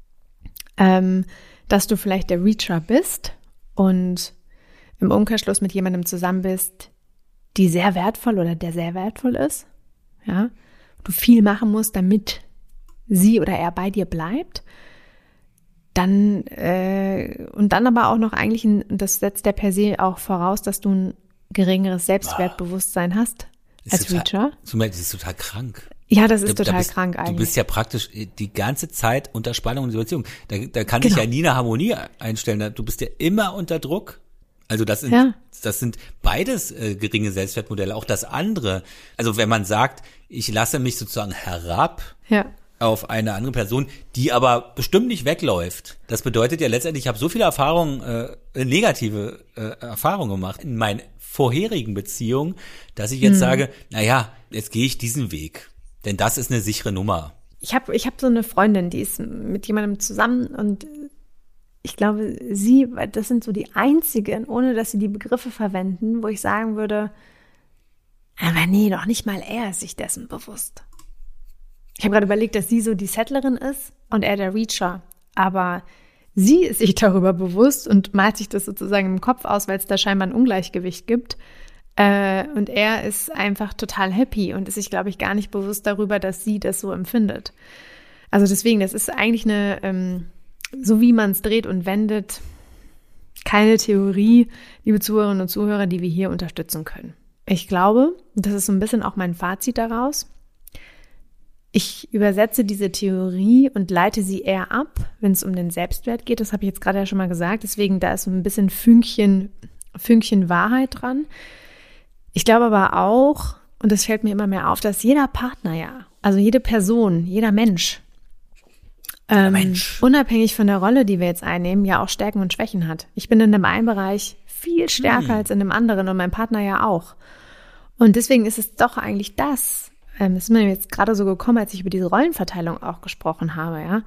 dass du vielleicht der Reacher bist und im Umkehrschluss mit jemandem zusammen bist, die sehr wertvoll oder der sehr wertvoll ist, ja, du viel machen musst, damit sie oder er bei dir bleibt, dann und dann aber auch noch eigentlich, das setzt der per se auch voraus, dass du ein geringeres Selbstwertbewusstsein hast als Reacher. Das ist total krank. Ja, das ist total krank eigentlich. Du bist ja praktisch die ganze Zeit unter Spannung und Situation. Da kann sich ja nie eine Harmonie einstellen. Du bist ja immer unter Druck. Also das sind beides geringe Selbstwertmodelle. Auch das andere. Also wenn man sagt, ich lasse mich sozusagen herab auf eine andere Person, die aber bestimmt nicht wegläuft. Das bedeutet ja letztendlich, ich habe so viele Erfahrungen, negative Erfahrungen gemacht in meinen vorherigen Beziehungen, dass ich jetzt sage, naja, jetzt gehe ich diesen Weg. Denn das ist eine sichere Nummer. Ich hab so eine Freundin, die ist mit jemandem zusammen und ich glaube, das sind so die einzigen, ohne dass sie die Begriffe verwenden, wo ich sagen würde, aber nee, doch nicht mal er ist sich dessen bewusst. Ich habe gerade überlegt, dass sie so die Settlerin ist und er der Reacher. Aber Sie ist sich darüber bewusst und malt sich das sozusagen im Kopf aus, weil es da scheinbar ein Ungleichgewicht gibt. Und er ist einfach total happy und ist sich, glaube ich, gar nicht bewusst darüber, dass sie das so empfindet. Also deswegen, das ist eigentlich so wie man es dreht und wendet, keine Theorie, liebe Zuhörerinnen und Zuhörer, die wir hier unterstützen können. Ich glaube, das ist so ein bisschen auch mein Fazit daraus. Ich übersetze diese Theorie und leite sie eher ab, wenn es um den Selbstwert geht. Das habe ich jetzt gerade ja schon mal gesagt. Deswegen, da ist so ein bisschen Fünkchen Wahrheit dran. Ich glaube aber auch, und das fällt mir immer mehr auf, dass jeder Partner also jede Person, jeder Mensch, unabhängig von der Rolle, die wir jetzt einnehmen, ja auch Stärken und Schwächen hat. Ich bin in dem einen Bereich viel stärker als in dem anderen und mein Partner ja auch. Und deswegen ist es doch eigentlich das ist mir jetzt gerade so gekommen, als ich über diese Rollenverteilung auch gesprochen habe,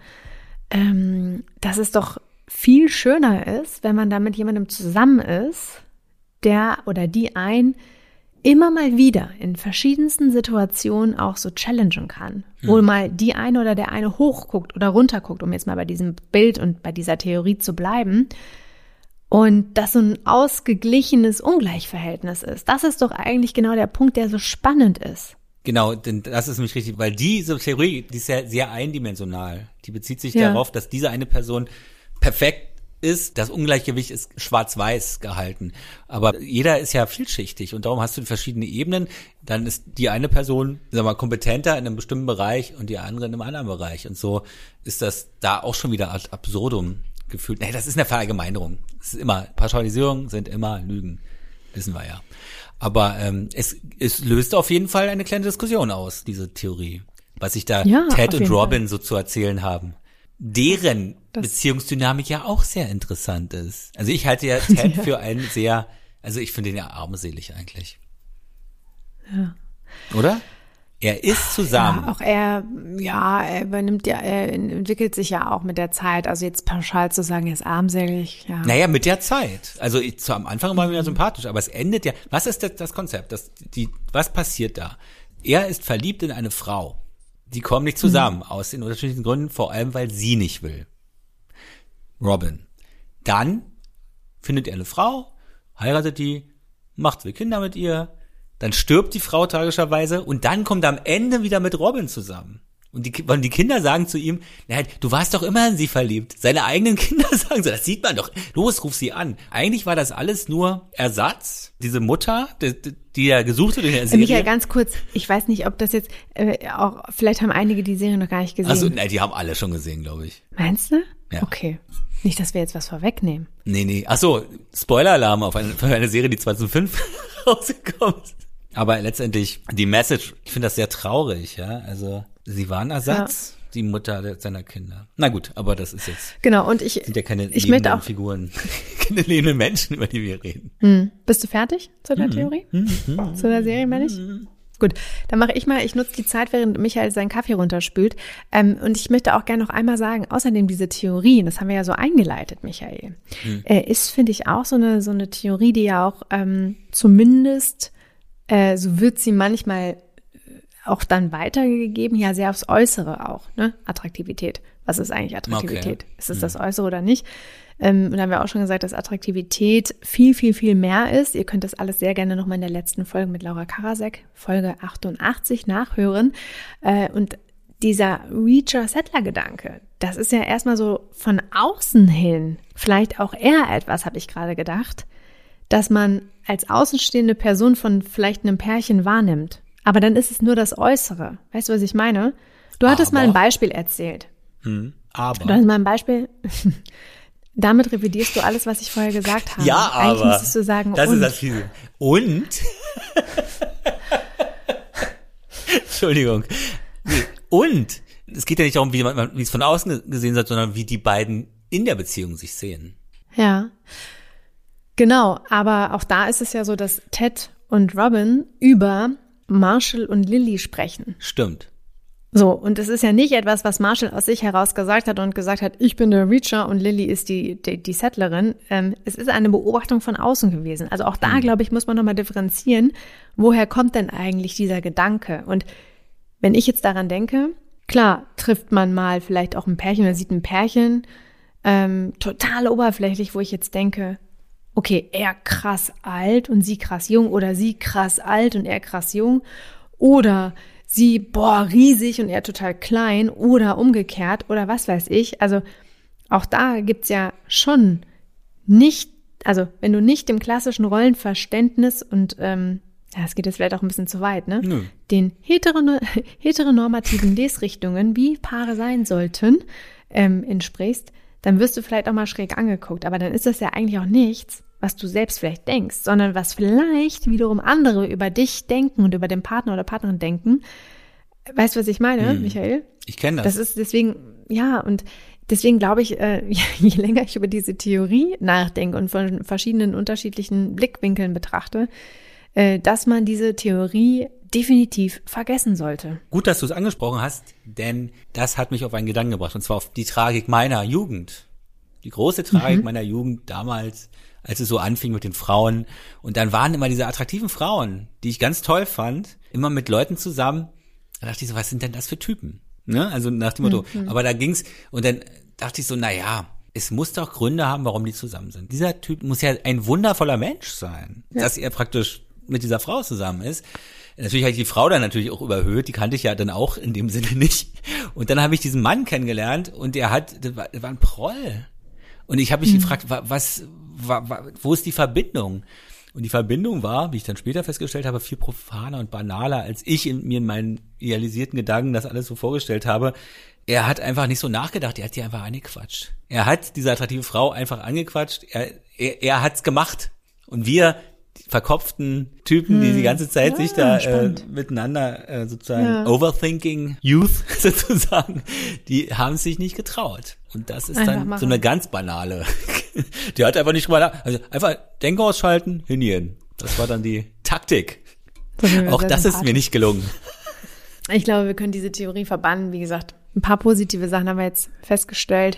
dass es doch viel schöner ist, wenn man da mit jemandem zusammen ist, der oder die einen immer mal wieder in verschiedensten Situationen auch so challengen kann. Wo mal die eine oder der eine hochguckt oder runterguckt, um jetzt mal bei diesem Bild und bei dieser Theorie zu bleiben. Und das so ein ausgeglichenes Ungleichverhältnis ist. Das ist doch eigentlich genau der Punkt, der so spannend ist. Genau, denn das ist nämlich richtig, weil diese Theorie, die ist ja sehr eindimensional. Die bezieht sich darauf, dass diese eine Person perfekt ist, das Ungleichgewicht ist schwarz-weiß gehalten. Aber jeder ist ja vielschichtig und darum hast du verschiedene Ebenen. Dann ist die eine Person, sagen wir mal, kompetenter in einem bestimmten Bereich und die andere in einem anderen Bereich. Und so ist das da auch schon wieder ad absurdum gefühlt. Nee, das ist eine Verallgemeinerung. Es ist immer, Pauschalisierungen sind immer Lügen. Wissen wir ja. Aber es löst auf jeden Fall eine kleine Diskussion aus, diese Theorie. Was sich da Ted und Robin so zu erzählen haben. Deren Beziehungsdynamik ja auch sehr interessant ist. Also ich halte ja Ted für einen sehr, also ich finde ihn ja armselig eigentlich. Ja. Oder? Er ist zusammen. Ja, auch er entwickelt sich ja auch mit der Zeit. Also jetzt pauschal zu sagen, er ist armselig, ja. Naja, mit der Zeit. Also am Anfang war mir ja sympathisch, aber es endet ja, was ist das Konzept? Was passiert da? Er ist verliebt in eine Frau. Die kommen nicht zusammen, aus den unterschiedlichen Gründen, vor allem, weil sie nicht will. Robin. Dann findet er eine Frau, heiratet die, macht 2 Kinder mit ihr, dann stirbt die Frau tragischerweise und dann kommt er am Ende wieder mit Robin zusammen. Und die Kinder sagen zu ihm, naja, du warst doch immer in sie verliebt. Seine eigenen Kinder sagen so, das sieht man doch. Los, ruf sie an. Eigentlich war das alles nur Ersatz. Diese Mutter, die er gesucht hat in der Serie. Michael, ganz kurz, ich weiß nicht, ob das jetzt auch, vielleicht haben einige die Serie noch gar nicht gesehen. Also, nein, die haben alle schon gesehen, glaube ich. Meinst du? Ja. Okay. Nicht, dass wir jetzt was vorwegnehmen. Nee. Ach so, Spoiler-Alarm für eine Serie, die 2005 rausgekommen ist. Aber letztendlich, die Message, ich finde das sehr traurig, ja. Also, sie waren Ersatz, die Mutter seiner Kinder. Na gut, aber das ist jetzt. Genau, und sind ja keine lebenden Figuren, keine lebenden Menschen, über die wir reden. Bist du fertig zu der Theorie? Zu der Serie, meine ich? Gut, dann mache ich nutze die Zeit, während Michael seinen Kaffee runterspült. Und ich möchte auch gerne noch einmal sagen, außerdem diese Theorien, das haben wir ja so eingeleitet, Michael, ist, finde ich, auch so eine Theorie, die ja auch zumindest, so wird sie manchmal auch dann weitergegeben, ja sehr aufs Äußere auch, ne? Attraktivität. Was ist eigentlich Attraktivität? Okay. Ist es das Äußere oder nicht? Und da haben wir auch schon gesagt, dass Attraktivität viel, viel, viel mehr ist. Ihr könnt das alles sehr gerne nochmal in der letzten Folge mit Laura Karasek, Folge 88, nachhören. Und dieser Reacher-Settler-Gedanke, das ist ja erstmal so von außen hin, vielleicht auch eher etwas, habe ich gerade gedacht, dass man als außenstehende Person von vielleicht einem Pärchen wahrnimmt. Aber dann ist es nur das Äußere. Weißt du, was ich meine? Du hattest mal ein Beispiel erzählt. Aber. Du hattest mal ein Beispiel. Damit revidierst du alles, was ich vorher gesagt habe. Ja, aber. Eigentlich müsstest du sagen, das ist das Fiese. Und? Entschuldigung. Und? Es geht ja nicht darum, wie es von außen gesehen wird, sondern wie die beiden in der Beziehung sich sehen. Ja. Genau. Aber auch da ist es ja so, dass Ted und Robin über Marshall und Lily sprechen. Stimmt. So, und es ist ja nicht etwas, was Marshall aus sich heraus gesagt hat und gesagt hat, ich bin der Reacher und Lily ist die Settlerin. Es ist eine Beobachtung von außen gewesen. Also auch da, glaube ich, muss man nochmal differenzieren, woher kommt denn eigentlich dieser Gedanke? Und wenn ich jetzt daran denke, klar, trifft man mal vielleicht auch ein Pärchen oder sieht ein Pärchen total oberflächlich, wo ich jetzt denke, okay, er krass alt und sie krass jung oder sie krass alt und er krass jung oder sie, riesig und er total klein oder umgekehrt oder was weiß ich. Also auch da gibt's ja schon nicht, also wenn du nicht dem klassischen Rollenverständnis und es geht jetzt vielleicht auch ein bisschen zu weit, ne? Nö. Den heteronormativen Lesrichtungen, wie Paare sein sollten, entsprichst, dann wirst du vielleicht auch mal schräg angeguckt. Aber dann ist das ja eigentlich auch nichts, was du selbst vielleicht denkst, sondern was vielleicht wiederum andere über dich denken und über den Partner oder Partnerin denken. Weißt du, was ich meine, Michael? Ich kenne das. Das ist deswegen, und deswegen glaube ich, je länger ich über diese Theorie nachdenke und von verschiedenen unterschiedlichen Blickwinkeln betrachte, dass man diese Theorie definitiv vergessen sollte. Gut, dass du es angesprochen hast, denn das hat mich auf einen Gedanken gebracht, und zwar auf die Tragik meiner Jugend. Die große Tragik meiner Jugend damals, als es so anfing mit den Frauen. Und dann waren immer diese attraktiven Frauen, die ich ganz toll fand, immer mit Leuten zusammen. Da dachte ich so, was sind denn das für Typen? Ne? Also nach dem Motto. Aber da ging's, und dann dachte ich so, es muss doch Gründe haben, warum die zusammen sind. Dieser Typ muss ja ein wundervoller Mensch sein, dass er praktisch mit dieser Frau zusammen ist. Natürlich habe ich die Frau dann natürlich auch überhöht, die kannte ich ja dann auch in dem Sinne nicht. Und dann habe ich diesen Mann kennengelernt und der war ein Proll. Und ich habe mich gefragt, wo ist die Verbindung? Und die Verbindung war, wie ich dann später festgestellt habe, viel profaner und banaler, als ich mir in meinen idealisierten Gedanken das alles so vorgestellt habe. Er hat einfach nicht so nachgedacht, er hat die einfach angequatscht. Er hat diese attraktive Frau einfach angequatscht, er hat's gemacht. Und wir, die verkopften Typen, die ganze Zeit sich da miteinander sozusagen Overthinking Youth sozusagen, die haben sich nicht getraut. Und das ist einfach dann so eine ganz banale. Die hat einfach nicht drüber also einfach Denken ausschalten, hingehen. Das war dann die Taktik. Auch das ist mir nicht gelungen. Ich glaube, wir können diese Theorie verbannen. Wie gesagt, ein paar positive Sachen haben wir jetzt festgestellt.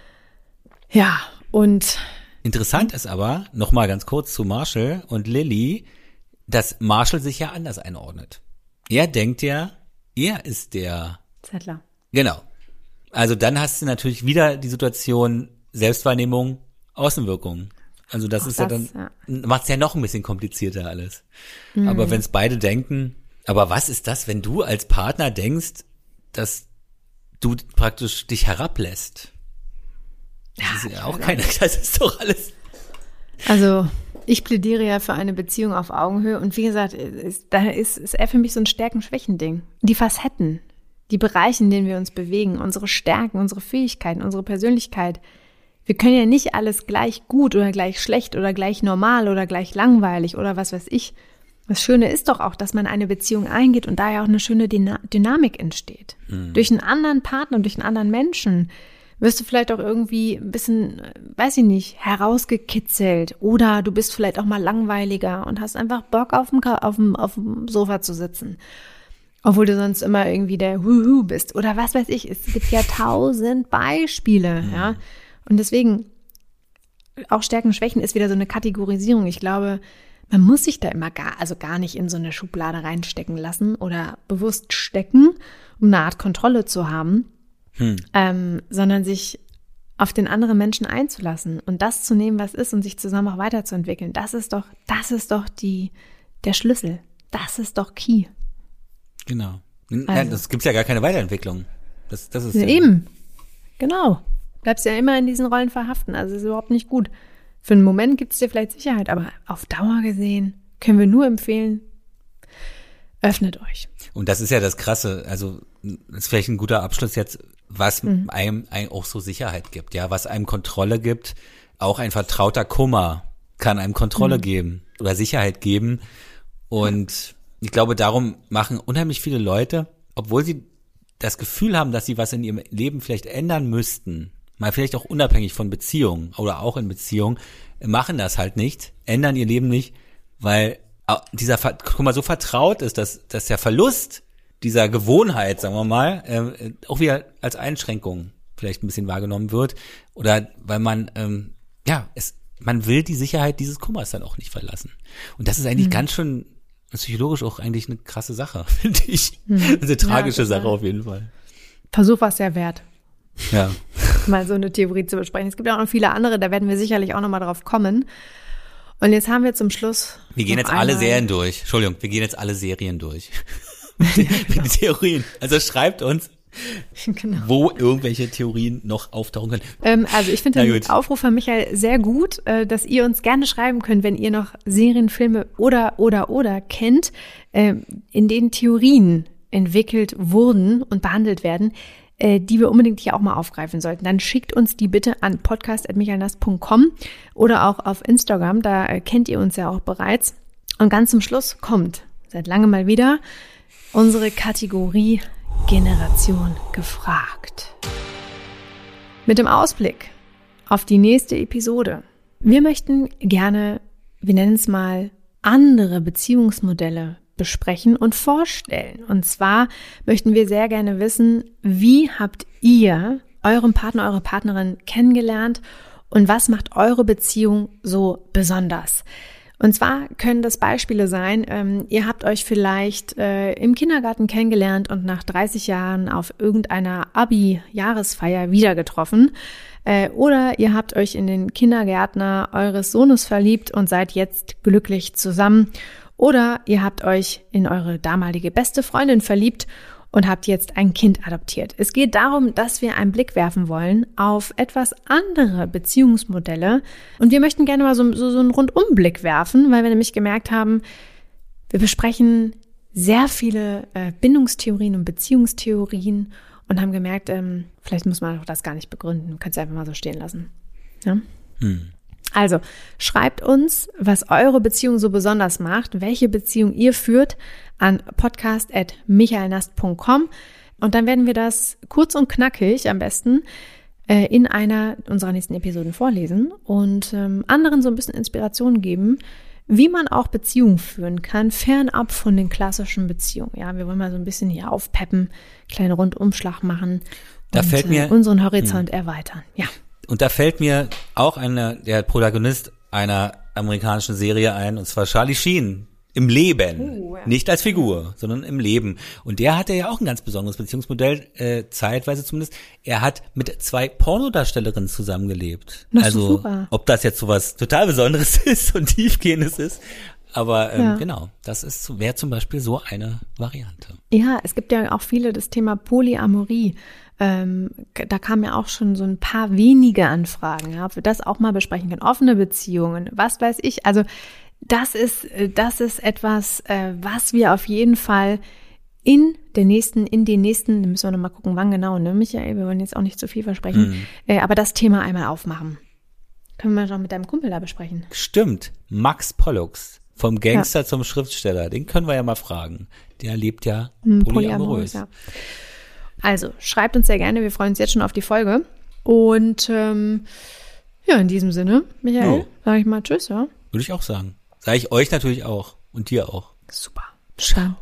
Ja, und interessant ist aber, nochmal ganz kurz zu Marshall und Lily, dass Marshall sich ja anders einordnet. Er denkt ja, er ist der Zettler. Genau. Also dann hast du natürlich wieder die Situation Selbstwahrnehmung, Außenwirkung. Also das ist macht es ja noch ein bisschen komplizierter alles. Aber wenn es beide denken, aber was ist das, wenn du als Partner denkst, dass du praktisch dich herablässt? Das ist ja auch das ist doch alles. Also ich plädiere ja für eine Beziehung auf Augenhöhe und wie gesagt, da ist eher für mich so ein Stärken-Schwächen-Ding. Die Facetten, die Bereiche, in denen wir uns bewegen, unsere Stärken, unsere Fähigkeiten, unsere Persönlichkeit. Wir können ja nicht alles gleich gut oder gleich schlecht oder gleich normal oder gleich langweilig oder was weiß ich. Das Schöne ist doch auch, dass man eine Beziehung eingeht und da ja auch eine schöne Dynamik entsteht. Durch einen anderen Partner, durch einen anderen Menschen wirst du vielleicht auch irgendwie ein bisschen, weiß ich nicht, herausgekitzelt oder du bist vielleicht auch mal langweiliger und hast einfach Bock auf dem Sofa zu sitzen. Obwohl du sonst immer irgendwie der Huhu bist oder was weiß ich. Es gibt ja 1000 Beispiele, ja. Und deswegen, auch Stärken, Schwächen ist wieder so eine Kategorisierung. Ich glaube, man muss sich da immer gar nicht in so eine Schublade reinstecken lassen oder bewusst stecken, um eine Art Kontrolle zu haben, sondern sich auf den anderen Menschen einzulassen und das zu nehmen, was ist und sich zusammen auch weiterzuentwickeln. Das ist doch der Schlüssel. Das ist doch Key. Genau. Also, das gibt's ja gar keine Weiterentwicklung. Das ist ja eben. Genau. Bleibst ja immer in diesen Rollen verhaften. Also ist überhaupt nicht gut. Für einen Moment gibt es dir vielleicht Sicherheit, aber auf Dauer gesehen können wir nur empfehlen, öffnet euch. Und das ist ja das Krasse, also das ist vielleicht ein guter Abschluss jetzt, was einem auch so Sicherheit gibt, ja, was einem Kontrolle gibt. Auch ein vertrauter Kummer kann einem Kontrolle geben oder Sicherheit geben. Und ich glaube, darum machen unheimlich viele Leute, obwohl sie das Gefühl haben, dass sie was in ihrem Leben vielleicht ändern müssten, mal vielleicht auch unabhängig von Beziehungen oder auch in Beziehungen, machen das halt nicht, ändern ihr Leben nicht, weil dieser Kummer so vertraut ist, dass der Verlust dieser Gewohnheit, sagen wir mal, auch wieder als Einschränkung vielleicht ein bisschen wahrgenommen wird oder weil man, man will die Sicherheit dieses Kummers dann auch nicht verlassen. Und das ist eigentlich ganz schön psychologisch auch eigentlich eine krasse Sache, finde ich. Eine tragische Sache auf jeden Fall. Versuch war es ja wert. Ja. mal so eine Theorie zu besprechen. Es gibt auch noch viele andere, da werden wir sicherlich auch noch mal drauf kommen. Und jetzt haben wir zum Schluss. Wir gehen jetzt alle Serien durch. Entschuldigung, wir gehen jetzt alle Serien durch. Mit den Theorien. Also schreibt uns, genau, wo irgendwelche Theorien noch auftauchen können. Also ich finde den Aufruf von Michael sehr gut, dass ihr uns gerne schreiben könnt, wenn ihr noch Serien, Filme oder kennt, in denen Theorien entwickelt wurden und behandelt werden, die wir unbedingt hier auch mal aufgreifen sollten. Dann schickt uns die bitte an podcast@michaelnast.com oder auch auf Instagram, da kennt ihr uns ja auch bereits. Und ganz zum Schluss kommt seit langem mal wieder unsere Kategorie Generation gefragt. Mit dem Ausblick auf die nächste Episode. Wir möchten gerne, wir nennen es mal, andere Beziehungsmodelle besprechen und vorstellen. Und zwar möchten wir sehr gerne wissen, wie habt ihr euren Partner, eure Partnerin kennengelernt und was macht eure Beziehung so besonders? Und zwar können das Beispiele sein, ihr habt euch vielleicht im Kindergarten kennengelernt und nach 30 Jahren auf irgendeiner Abi-Jahresfeier wieder getroffen. Oder ihr habt euch in den Kindergärtner eures Sohnes verliebt und seid jetzt glücklich zusammen. Oder ihr habt euch in eure damalige beste Freundin verliebt und habt jetzt ein Kind adoptiert. Es geht darum, dass wir einen Blick werfen wollen auf etwas andere Beziehungsmodelle. Und wir möchten gerne mal so einen Rundumblick werfen, weil wir nämlich gemerkt haben, wir besprechen sehr viele Bindungstheorien und Beziehungstheorien und haben gemerkt, vielleicht muss man auch das gar nicht begründen. Man kann es einfach mal so stehen lassen. Ja? Also, schreibt uns, was eure Beziehung so besonders macht, welche Beziehung ihr führt, an podcast@michaelnast.com und dann werden wir das kurz und knackig am besten in einer unserer nächsten Episoden vorlesen und anderen so ein bisschen Inspiration geben, wie man auch Beziehungen führen kann, fernab von den klassischen Beziehungen. Ja, wir wollen mal so ein bisschen hier aufpeppen, kleinen Rundumschlag machen und unseren Horizont erweitern. Ja. Und da fällt mir auch der Protagonist einer amerikanischen Serie ein, und zwar Charlie Sheen. Im Leben. Ja. Nicht als Figur, sondern im Leben. Und der hatte ja auch ein ganz besonderes Beziehungsmodell, zeitweise zumindest. Er hat mit 2 Pornodarstellerinnen zusammengelebt. Also, super. Ob das jetzt so was total Besonderes ist und Tiefgehendes ist. Aber genau, das wäre zum Beispiel so eine Variante. Ja, es gibt ja auch viele das Thema Polyamorie. Da kamen ja auch schon so ein paar wenige Anfragen, ja, ob wir das auch mal besprechen können. Offene Beziehungen, was weiß ich. Also das ist etwas, was wir auf jeden Fall in den nächsten, da müssen wir noch mal gucken, wann genau, ne, Michael, wir wollen jetzt auch nicht zu viel versprechen, aber das Thema einmal aufmachen. Können wir doch mit deinem Kumpel da besprechen. Stimmt, Max Pollux, vom Gangster zum Schriftsteller, den können wir ja mal fragen. Der lebt ja polyamorös. Ja. Also, schreibt uns sehr gerne, wir freuen uns jetzt schon auf die Folge. Und in diesem Sinne, Michael, sage ich mal Tschüss, ja? Würde ich auch sagen. Sage ich euch natürlich auch und dir auch. Super. Ciao.